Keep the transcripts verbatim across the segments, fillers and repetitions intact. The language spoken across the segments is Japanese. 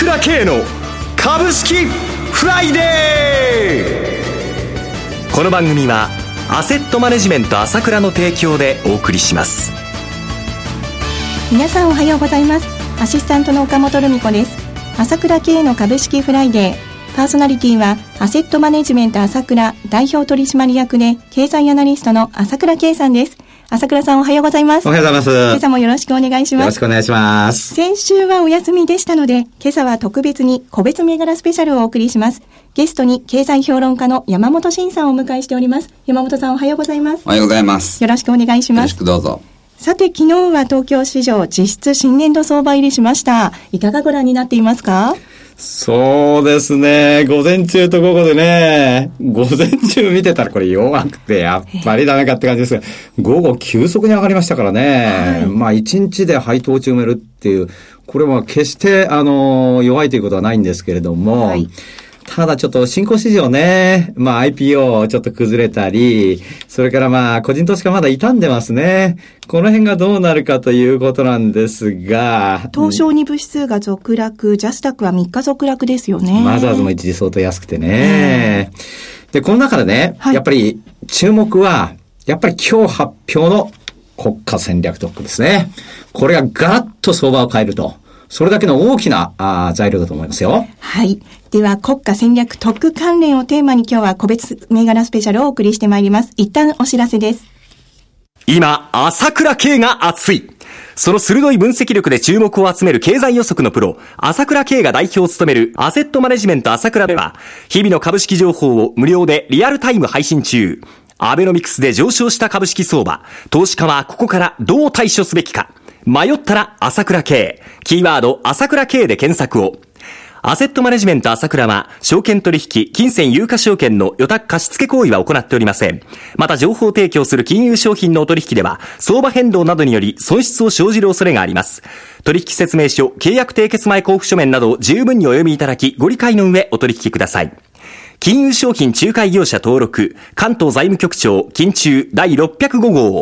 倉慶の株式フライデー。この番組はアセットマネジメント朝倉の提供でお送りします。 皆さんおはようございます。アシスタントの岡本留美子です。朝倉慶の株式フライデー、パーソナリティはアセットマネジメント朝倉代表取締役で経済アナリストの朝倉慶さんです。朝倉さんおはようございます。 おはようございます。 今朝もよろしくお願いします。 よろしくお願いします。 先週はお休みでしたので、今朝は特別に個別銘柄スペシャルをお送りします。ゲストに経済評論家の山本慎さんをお迎えしております。山本さんおはようございます。 おはようございます。 よろしくお願いします。よろしくどうぞ。 さて、昨日は東京市場実質新年度相場入りしました。いかがご覧になっていますか？ そうですね。午前中と午後でね、午前中見てたらこれ弱くてやっぱりダメかって感じですが、午後急速に上がりましたからね。はい、まあ一日で配当値埋めるっていう、これは決してあの弱いということはないんですけれども、はい、ただちょっと新興市場ね、まあ アイピーオー ちょっと崩れたり、それからまあ個人投資家まだ傷んでますね。この辺がどうなるかということなんですが。 東証に部指数が続落、ジャスタックはみっか続落ですよね。 マザーズも一時相当安くてね。で、この中でね、はい、やっぱり注目は、やっぱり今日発表の国家戦略特区ですね。これがガラッと相場を変えると。それだけの大きなあ材料だと思いますよ。 はい。では、国家戦略特区関連をテーマに今日は個別銘柄スペシャルをお送りしてまいります。一旦お知らせです。 今、朝倉慶が熱い。その鋭い分析力で注目を集める経済予測のプロ、朝倉慶が代表を務めるアセットマネジメント朝倉では、日々の株式情報を無料でリアルタイム配信中。アベノミクスで上昇した株式相場、投資家はここからどう対処すべきか。迷ったら朝倉慶。キーワード朝倉慶で検索を。アセットマネジメント朝倉は、証券取引、金銭有価証券の予託貸付行為は行っておりません。また情報提供する金融商品のお取引では、相場変動などにより損失を生じる恐れがあります。取引説明書、契約締結前交付書面などを十分にお読みいただき、ご理解の上お取引ください。金融商品仲介業者登録、関東財務局長、金中だいろっぴゃくご号。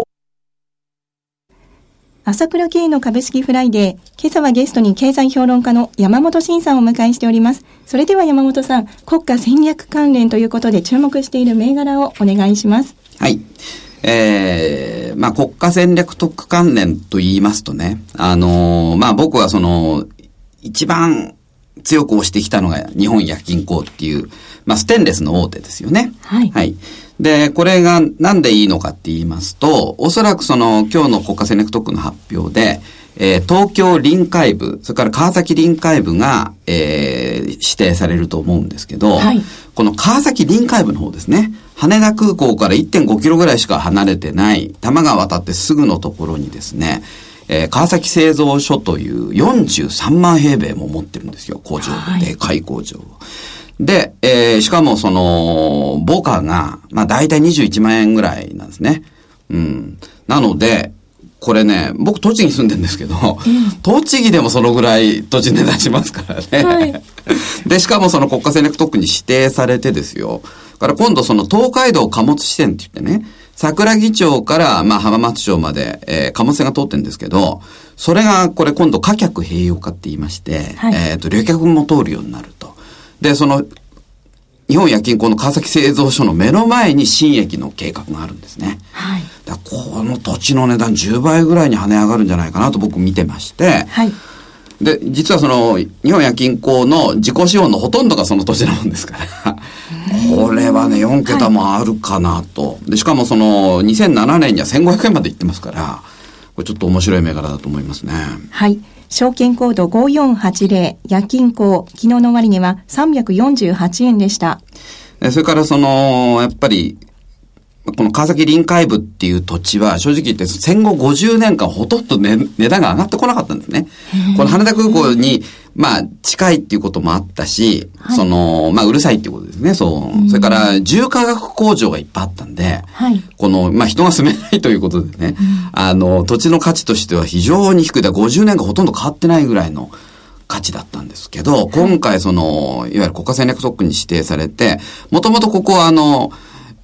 朝倉慶の株式フライデー、今朝はゲストに経済評論家の山本慎さんをお迎えしております。それでは山本さん、国家戦略関連ということで注目している銘柄をお願いします。 はい。えー、まあ国家戦略特区関連と言いますとね、あのー、まあ僕はその、一番強く推してきたのが日本薬品工っていう、まあステンレスの大手ですよね。 はい。 はい。で、これがなんでいいのかって言いますと、おそらくその今日の国家戦略特区の発表で、えー、東京臨海部、それから川崎臨海部が、えー、指定されると思うんですけど、はい、この川崎臨海部の方ですね、羽田空港から いってんごキロぐらいしか離れてない多摩川渡ってすぐのところにですね、えー、川崎製造所というよんじゅうさんまん平米も持ってるんですよ、工場、はい、でかい工場を。で、えー、しかもその、母価が、まあ大体にじゅういちまんえんぐらいなんですね。うん。なので、これね、僕栃木に住んでるんですけど、うん、栃木でもそのぐらい土地値段しますからね。はい、で、しかもその国家戦略特区に指定されてですよ。だから今度その東海道貨物支線って言ってね、桜木町からまあ浜松町まで、えー、貨物船が通ってるんですけど、それがこれ今度貨客併用化って言いまして、はい、えっと、旅客も通るようになると。で、その、日本薬品工の川崎製造所の目の前に新駅の計画があるんですね。はい。だこの土地の値段じゅうばいぐらいに跳ね上がるんじゃないかなと僕見てまして。はい。で、実はその、日本薬品工の自己資本のほとんどがその土地なもんですから。これはね、よんけたもあるかなと。はい、で、しかもその、にせんななねんにはせんごひゃくえんまで行ってますから、これちょっと面白い銘柄だと思いますね。 はい。証券コードごよんはちぜろ、薬品工、昨日の終値はさんびゃくよんじゅうはちえんでした。 それからその、やっぱり、この川崎臨海部っていう土地は正直言って戦後ごじゅうねんかんほとんど、ね、値段が上がってこなかったんですね。この羽田空港に、まあ近いっていうこともあったし、はい、その、まあうるさいっていうことですね。そう。それから重化学工場がいっぱいあったんで、はい、この、まあ人が住めないということでね、うん、あの、土地の価値としては非常に低い。だごじゅうねんかんほとんど変わってないぐらいの価値だったんですけど、今回その、いわゆる国家戦略特区に指定されて、もともとここはあの、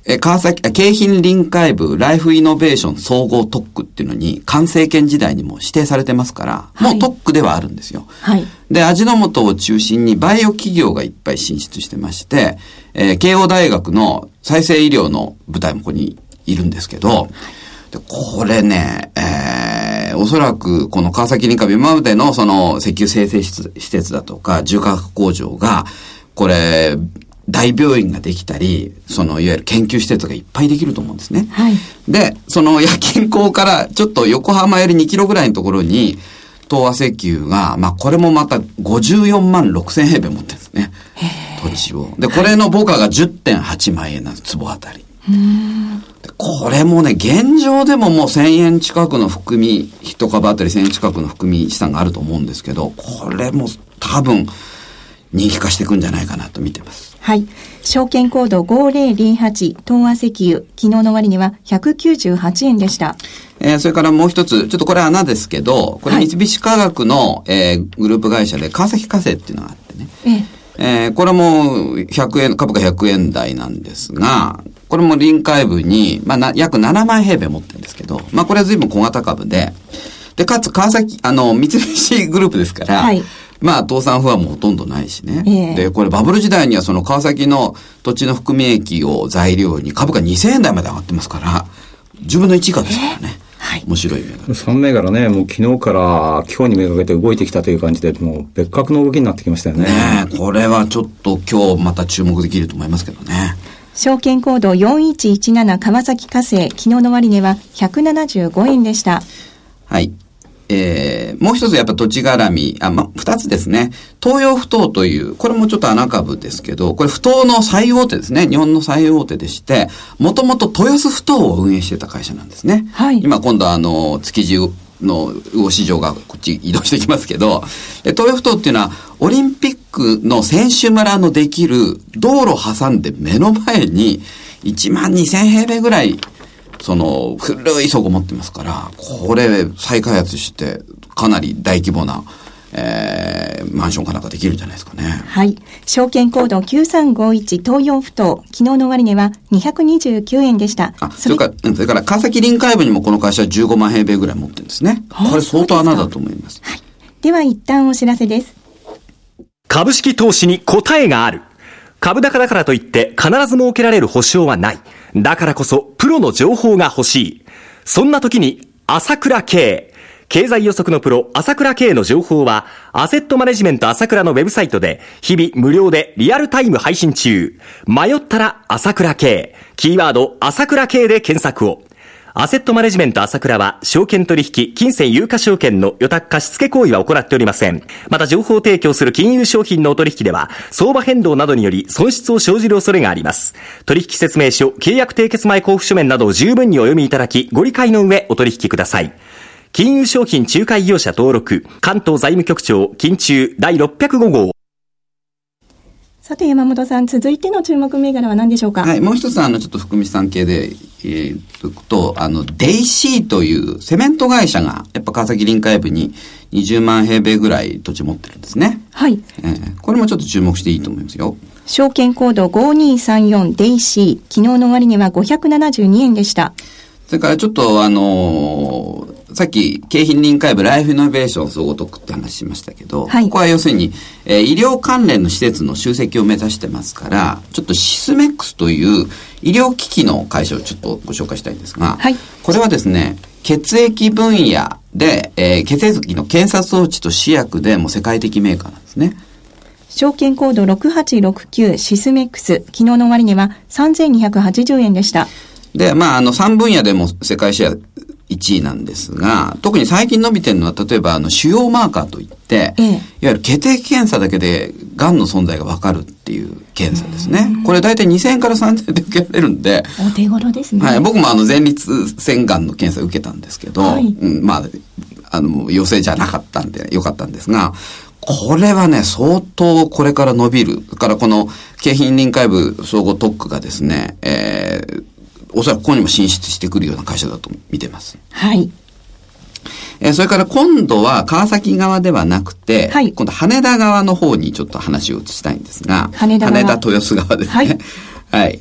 え、川崎、京浜臨海部ライフイノベーション総合特区っていうのに、菅政権時代にも指定されてますから、はい、もう特区ではあるんですよ。はい。で、味の素を中心にバイオ企業がいっぱい進出してまして、えー、慶応大学の再生医療の部隊もここにいるんですけど、でこれね、えー、おそらくこの川崎臨海部今までのその石油生成施設だとか重化学工場が、これ、大病院ができたり、そのいわゆる研究施設がいっぱいできると思うんですね。はい。で、その焼金港からちょっと横浜よりにキロぐらいのところに、東和石油が、まあこれもまたごじゅうよんまんろくせん平米持ってるんですね。土地を。で、これの母価が じゅってんはちまんえんなんです、坪あたり。うーんでこれもね、現状でももうせんえん近くの含み、一株あたりせんえん近くの含み資産があると思うんですけど、これも多分人気化していくんじゃないかなと見てます。 はい。証券コードごーぜろぜろはち東和石油、昨日の終値はひゃくきゅうじゅうはちえんでした。 えー、それからもう一つ、ちょっとこれ穴ですけど、これ三菱化学の、えー、グループ会社で川崎化成っていうのがあってね。えええー、これもひゃくえん、株価ひゃくえん台なんですが、これも臨海部に、まあな、約ななまん平米持ってるんですけど、まあこれは随分小型株で、で、かつ川崎、あの、三菱グループですから、はい、まあ倒産不安もほとんどないしね、えー。で、これバブル時代にはその川崎の土地の含み益を材料に株価にせんえん台まで上がってますから、じゅうぶんのいち以下ですからね。えーはい、面白い銘柄。 さん銘柄ね、もう昨日から今日にめがけて動いてきたという感じで、もう別格の動きになってきましたよね。 ねえ、これはちょっと今日また注目できると思いますけどね。 証券コードよんいちいちなな川崎化成、昨日の終値はひゃくななじゅうごえんでした。 はい。えー、もう一つやっぱ土地絡み、あ、ま、二つですね。東洋不動という、これもちょっと穴株ですけど、これ不動の最大手ですね。日本の最大手でして、もともと豊洲不動を運営してた会社なんですね。はい。今今度はあの、築地の魚市場がこっち移動してきますけど、東洋不動っていうのは、オリンピックの選手村のできる道路挟んで目の前にいちまんにせん平米ぐらいその古い倉庫持ってますから、これ再開発してかなり大規模な、えー、マンションかなんかできるんじゃないですかね。 はい。証券コードきゅうさんごいち東洋不動、昨日の終値はにひゃくにじゅうきゅうえんでした。 あ、それから、それから川崎臨海部にもこの会社はじゅうごまん平米ぐらい持ってるんですね。これ相当穴だと思います。 はい。では一旦お知らせです。 株式投資に答えがある。株高だからといって必ず設けられる保証はない。だからこそプロの情報が欲しい。そんな時に朝倉慶。経済予測のプロ朝倉慶の情報はアセットマネジメント朝倉のウェブサイトで日々無料でリアルタイム配信中。迷ったら朝倉慶。キーワード朝倉慶で検索を。アセットマネジメント朝倉は証券取引、金銭有価証券の予託貸付行為は行っておりません。また情報提供する金融商品のお取引では相場変動などにより損失を生じる恐れがあります。取引説明書、契約締結前交付書面などを十分にお読みいただきご理解の上お取引ください。金融商品仲介業者登録、関東財務局長金中第ろっぴゃくご号。 さて山本さん、続いての注目銘柄は何でしょうか。 はい、もう一つあのちょっと含み資産系でえー、とあのデイシーというセメント会社がやっぱ川崎臨海部ににじゅうまん平米ぐらい土地持ってるんですね。はい、えー、これもちょっと注目していいと思いますよ。 証券コードごにさんよんデイシー、昨日の終値はごひゃくななじゅうにえんでした。 それからちょっとあのー、さっき京浜臨海部ライフイノベーション総合特区って話しましたけど、はい、ここは要するに、えー、医療関連の施設の集積を目指してますから、ちょっとシスメックスという医療機器の会社をちょっとご紹介したいんですが、はい、これはですね、血液分野で、えー、血液の検査装置と試薬でもう世界的メーカーなんですね。 証券コードろくはちろくきゅうシスメックス、昨日の終値はさんぜんにひゃくはちじゅうえんでした。 で、まあ、あの、さん分野でも世界シェアいちいなんですが、特に最近伸びてるのは、例えば、あの、腫瘍マーカーといって、ええ、いわゆる血液検査だけで、癌の存在がわかるっていう検査ですね。これ大体にせんえんからさんぜんえんで受けられるんで。 お手頃ですね。 はい。僕もあの、前立腺癌の検査受けたんですけど、はい、うん、まあ、あの、陽性じゃなかったんで、よかったんですが、これはね、相当これから伸びる。だからこの、京浜臨海部総合特区がですね、えー、おそらくここにも進出してくるような会社だと見てます。はい。えー、それから今度は川崎側ではなくて、はい、今度羽田側の方にちょっと話を移したいんですが、羽田側、羽田豊洲側ですね。はい。はい。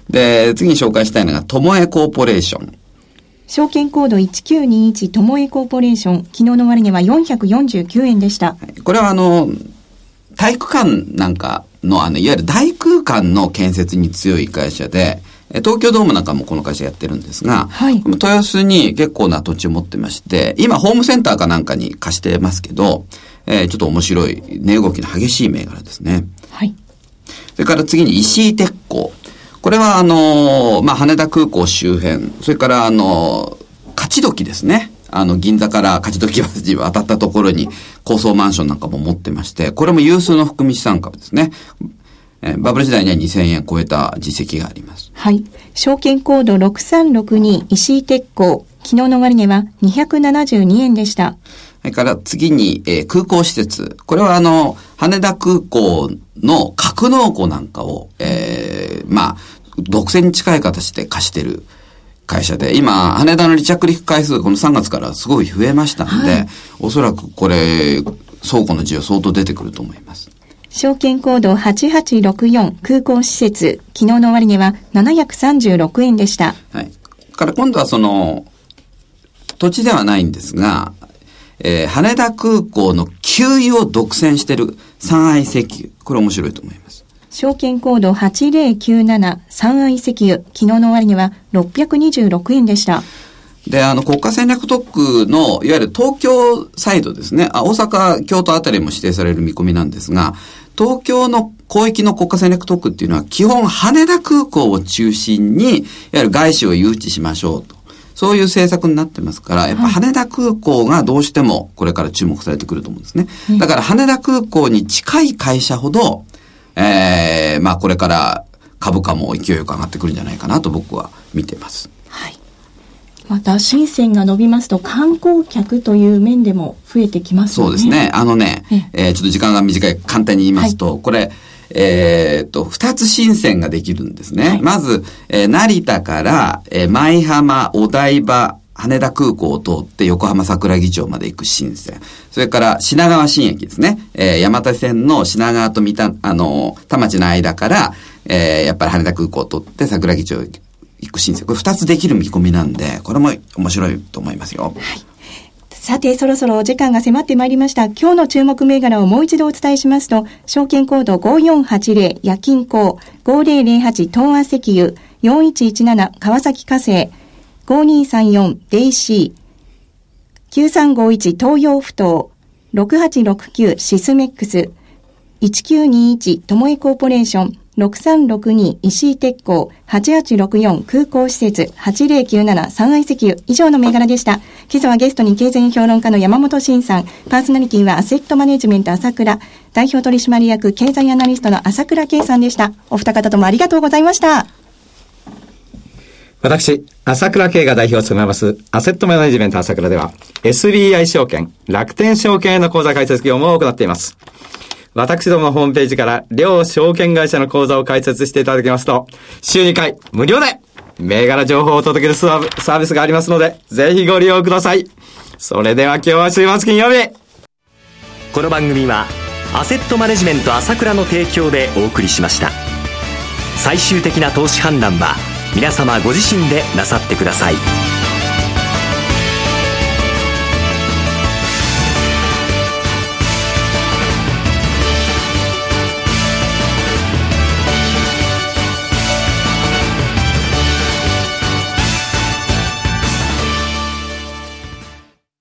で、次に紹介したいのが、ともえコーポレーション。 証券コードいちきゅうにいちともえコーポレーション、昨日の終値はよんひゃくよんじゅうきゅうえんでした。 これはあの、体育館なんかの、あの、いわゆる大空間の建設に強い会社で、東京ドームなんかもこの会社やってるんですが、はい、豊洲に結構な土地を持ってまして、今ホームセンターかなんかに貸してますけど、えー、ちょっと面白い値動きの激しい銘柄ですね。 はい。 それから次に石井鉄工。これはあのー、まあ、羽田空港周辺、それからあのー、勝どきですね。あの、銀座から勝どき橋渡ったところに高層マンションなんかも持ってまして、これも有数の含み資産株ですね。えー、バブル時代にはにせんえん超えた実績があります。 はい。証券コードろくさんろくに石井鉄工。昨日の終値はにひゃくななじゅうにえんでした。 それから次に、えー、空港施設。これはあの、羽田空港の格納庫なんかを、えー、まあ、独占に近い形で貸してる会社で、今、羽田の離着陸回数がこのさんがつからすごい増えましたので、はい、おそらくこれ、倉庫の需要相当出てくると思います。 証券コードはちはちろくよん空港施設。昨日の終値はななひゃくさんじゅうろくえんでした。 はい。から今度はその、土地ではないんですが、えー、羽田空港の給油を独占している三愛石油。これ面白いと思います。 証券コードはちぜろきゅうなな三愛石油。昨日の終値はろっぴゃくにじゅうろくえんでした。 で、あの、国家戦略特区の、いわゆる東京サイドですね。あ、大阪、京都あたりも指定される見込みなんですが、東京の広域の国家戦略特区っていうのは、基本羽田空港を中心に、いわゆる外資を誘致しましょうと。そういう政策になってますから、やっぱ羽田空港がどうしてもこれから注目されてくると思うんですね。だから羽田空港に近い会社ほど、えー、まあこれから株価も勢いよく上がってくるんじゃないかなと僕は見てます。 はい。また深センが伸びますと観光客という面でも増えてきますよね。 そうですね。あのね、えー、ちょっと時間が短い、簡単に言いますと、はい、これ、えー、っと、二つ新線ができるんですね。はい、まず、えー、成田から、えー、舞浜、お台場、羽田空港を通って横浜桜木町まで行く新線。それから品川新駅ですね。えー、山手線の品川と三田、あの、田町の間から、えー、やっぱり羽田空港を通って桜木町へ行く新線。これ二つできる見込みなんで、これも面白いと思いますよ。 はい。さて、そろそろお時間が迫ってまいりました。今日の注目銘柄をもう一度お伝えしますと、証券コードごよんはちぜろ夜勤工、ごぜろぜろはち東亜石油、よんいちいちなな川崎化成、ごにさんよんデイシー、きゅうさんごいち東洋不動、ろくはちろくきゅうシスメックス、いちきゅうにいちともえコーポレーション、ろくさんろくに石井鉄工、はちはちろくよん空港施設、はちぜろきゅうなな三愛石油。以上の銘柄でした。今朝はゲストに経済評論家の山本慎さん、パーソナリティはアセットマネジメント朝倉、代表取締役経済アナリストの朝倉圭さんでした。お二方ともありがとうございました。 私、朝倉圭が代表を務めます、アセットマネジメント朝倉では、エスビーアイ 証券、楽天証券への口座開設業務を行っています。私どものホームページから両証券会社の口座を開設していただけますと、週にかい無料で銘柄情報をお届けするサービスがありますので、ぜひご利用ください。それでは今日は週末金曜日。 この番組はアセットマネジメント朝倉の提供でお送りしました。最終的な投資判断は皆様ご自身でなさってください。